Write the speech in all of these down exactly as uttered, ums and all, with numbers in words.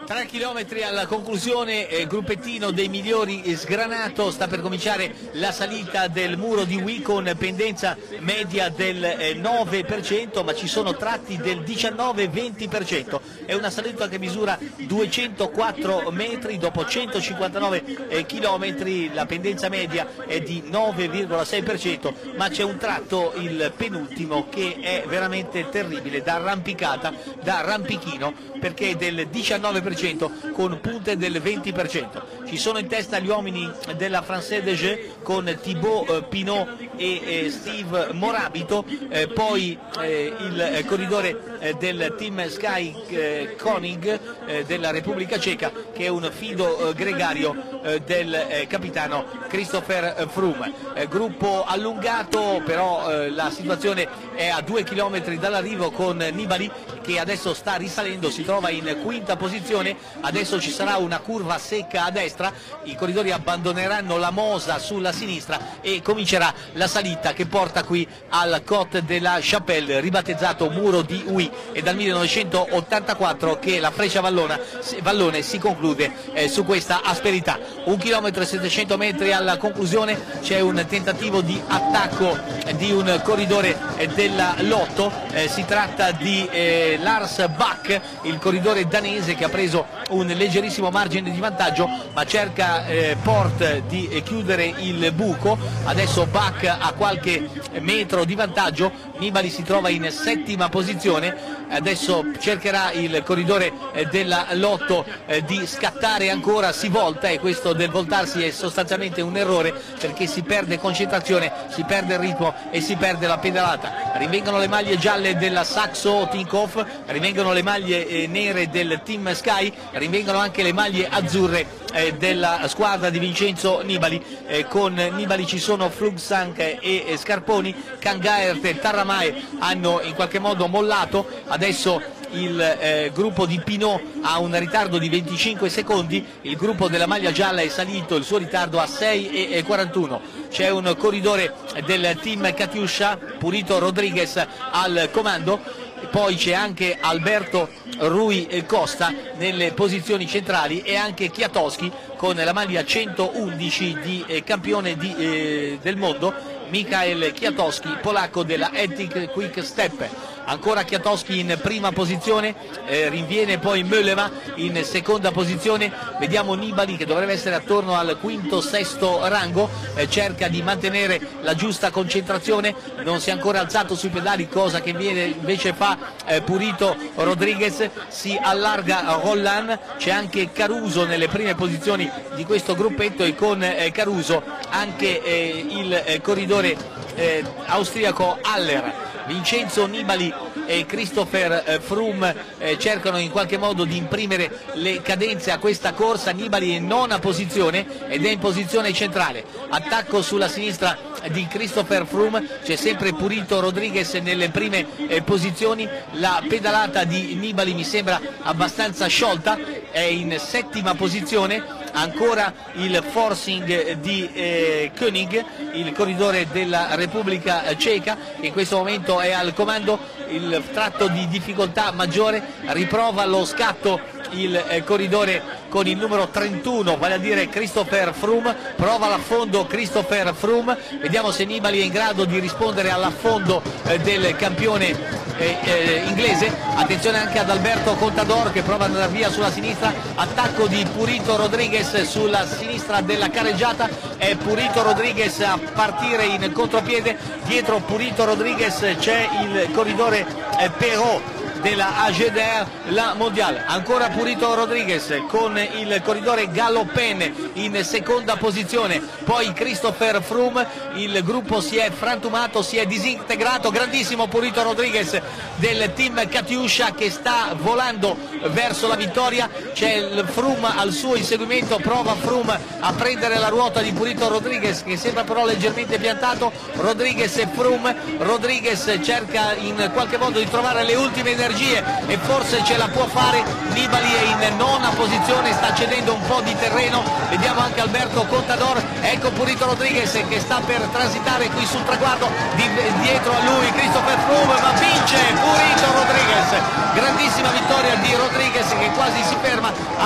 tre chilometri alla conclusione, eh, gruppettino dei migliori sgranato, sta per cominciare la salita del muro di Huy con pendenza media del eh, nove per cento, ma ci sono tratti del diciannove venti per cento. È una salita che misura duecentoquattro metri dopo centocinquantanove eh, chilometri, la pendenza media è di nove virgola sei per cento, ma c'è un tratto, il penultimo, che è veramente terribile, da arrampicata, da rampichino, perché è del diciannove per cento con punte del venti per cento. Ci sono in testa gli uomini della Française des Jeux con Thibaut eh, Pinot e eh, Steve Morabito, eh, poi eh, il eh, corridore eh, del team Sky eh, Koenig eh, della Repubblica Ceca, che è un fido eh, gregario eh, del eh, capitano Christopher Froome. Eh, gruppo allungato, però eh, la situazione è a due chilometri dall'arrivo, con Nibali che adesso sta risalendo, si trova in quinta posizione. Adesso ci sarà una curva secca a destra, i corridori abbandoneranno la Mosa sulla sinistra e comincerà la salita che porta qui al Côte de la Chapelle, ribattezzato Muro di Huy. È dal millenovecentottantaquattro che la Freccia Vallona, Vallone si conclude eh, su questa asperità. Un chilometro e settecento metri alla conclusione, c'è un tentativo di attacco di un corridore eh, della Lotto, eh, si tratta di eh, Lars Bak, il corridore danese, che ha preso un leggerissimo margine di vantaggio, ma cerca eh, Port di eh, chiudere il buco. Adesso Bak ha qualche metro di vantaggio, Nibali si trova in settima posizione, adesso cercherà il corridore eh, della Lotto eh, di scattare ancora, si volta, e questo del voltarsi è sostanzialmente un errore, perché si perde concentrazione, si perde il ritmo e si perde la pedalata. Rinvengono le maglie gialle della Saxo Tinkoff, rinvengono le maglie eh, nere del team Sky, rinvengono anche le maglie azzurre eh, della squadra di Vincenzo Nibali. Eh, con Nibali ci sono Fuglsang e eh, Scarponi, Kangaert e Tarramae hanno in qualche modo mollato. Adesso il eh, gruppo di Pinot ha un ritardo di venticinque secondi, il gruppo della maglia gialla è salito, il suo ritardo a sei e quarantuno. C'è un corridore del team Katyusha, Purito Rodriguez, al comando. Poi c'è anche Alberto Rui Costa nelle posizioni centrali, e anche Kwiatkowski con la maglia centoundici di eh, campione di, eh, del mondo, Michael Kwiatkowski, polacco della Ethic Quick Step. Ancora Kwiatkowski in prima posizione, eh, rinviene poi Mollema in seconda posizione. Vediamo Nibali, che dovrebbe essere attorno al quinto sesto rango, eh, cerca di mantenere la giusta concentrazione, non si è ancora alzato sui pedali, cosa che viene, invece fa eh, Purito Rodriguez. Si allarga Rolland, c'è anche Caruso nelle prime posizioni di questo gruppetto, e con eh, Caruso anche eh, il eh, corridore eh, austriaco Haller. Vincenzo Nibali e Christopher Froome eh, cercano in qualche modo di imprimere le cadenze a questa corsa. Nibali è in nona posizione ed è in posizione centrale. Attacco sulla sinistra di Christopher Froome, c'è sempre Purito Rodriguez nelle prime eh, posizioni. La pedalata di Nibali mi sembra abbastanza sciolta, è in settima posizione. Ancora il forcing di eh, Koenig, il corridore della Repubblica Ceca, che in questo momento è al comando. Il tratto di difficoltà maggiore, riprova lo scatto il eh, corridore con il numero trentuno, vale a dire Christopher Froome. Prova l'affondo Christopher Froome, vediamo se Nibali è in grado di rispondere all'affondo eh, del campione eh, eh, inglese. Attenzione anche ad Alberto Contador, che prova ad andare via sulla sinistra. Attacco di Purito Rodriguez sulla sinistra della careggiata, è Purito Rodriguez a partire in contropiede. Dietro Purito Rodriguez c'è il corridore eh, Perrault della A G D R, la mondiale. Ancora Purito Rodriguez con il corridore Galopin in seconda posizione, poi Christopher Froome. Il gruppo si è frantumato, si è disintegrato. Grandissimo Purito Rodriguez del team Katyusha, che sta volando verso la vittoria. C'è il Froome al suo inseguimento, prova Froome a prendere la ruota di Purito Rodriguez, che sembra però leggermente piantato. Rodriguez e Froome, Rodriguez cerca in qualche modo di trovare le ultime energie e forse ce la può fare. Nibali è in nona posizione, sta cedendo un po' di terreno. Vediamo anche Alberto Contador, ecco Purito Rodriguez che sta per transitare qui sul traguardo. Di, dietro a lui Christopher Froome, ma vince Purito Rodriguez. Grandissima vittoria di Rodriguez, che quasi si ferma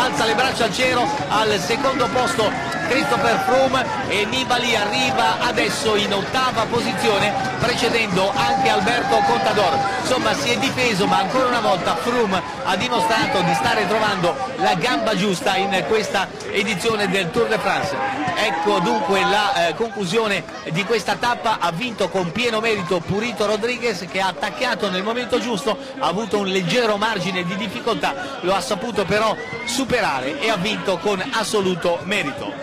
alza le braccia al cielo. Al secondo posto Christopher Froome e Nibali arriva adesso in ottava posizione, precedendo anche Alberto Contador. Insomma, si è difeso, ma ancora una volta Froome ha dimostrato di stare trovando la gamba giusta in questa edizione del Tour de France. Ecco dunque la eh, conclusione di questa tappa. Ha vinto con pieno merito Purito Rodriguez, che ha attaccato nel momento giusto, ha avuto un leggero margine di difficoltà, lo ha saputo però superare e ha vinto con assoluto merito.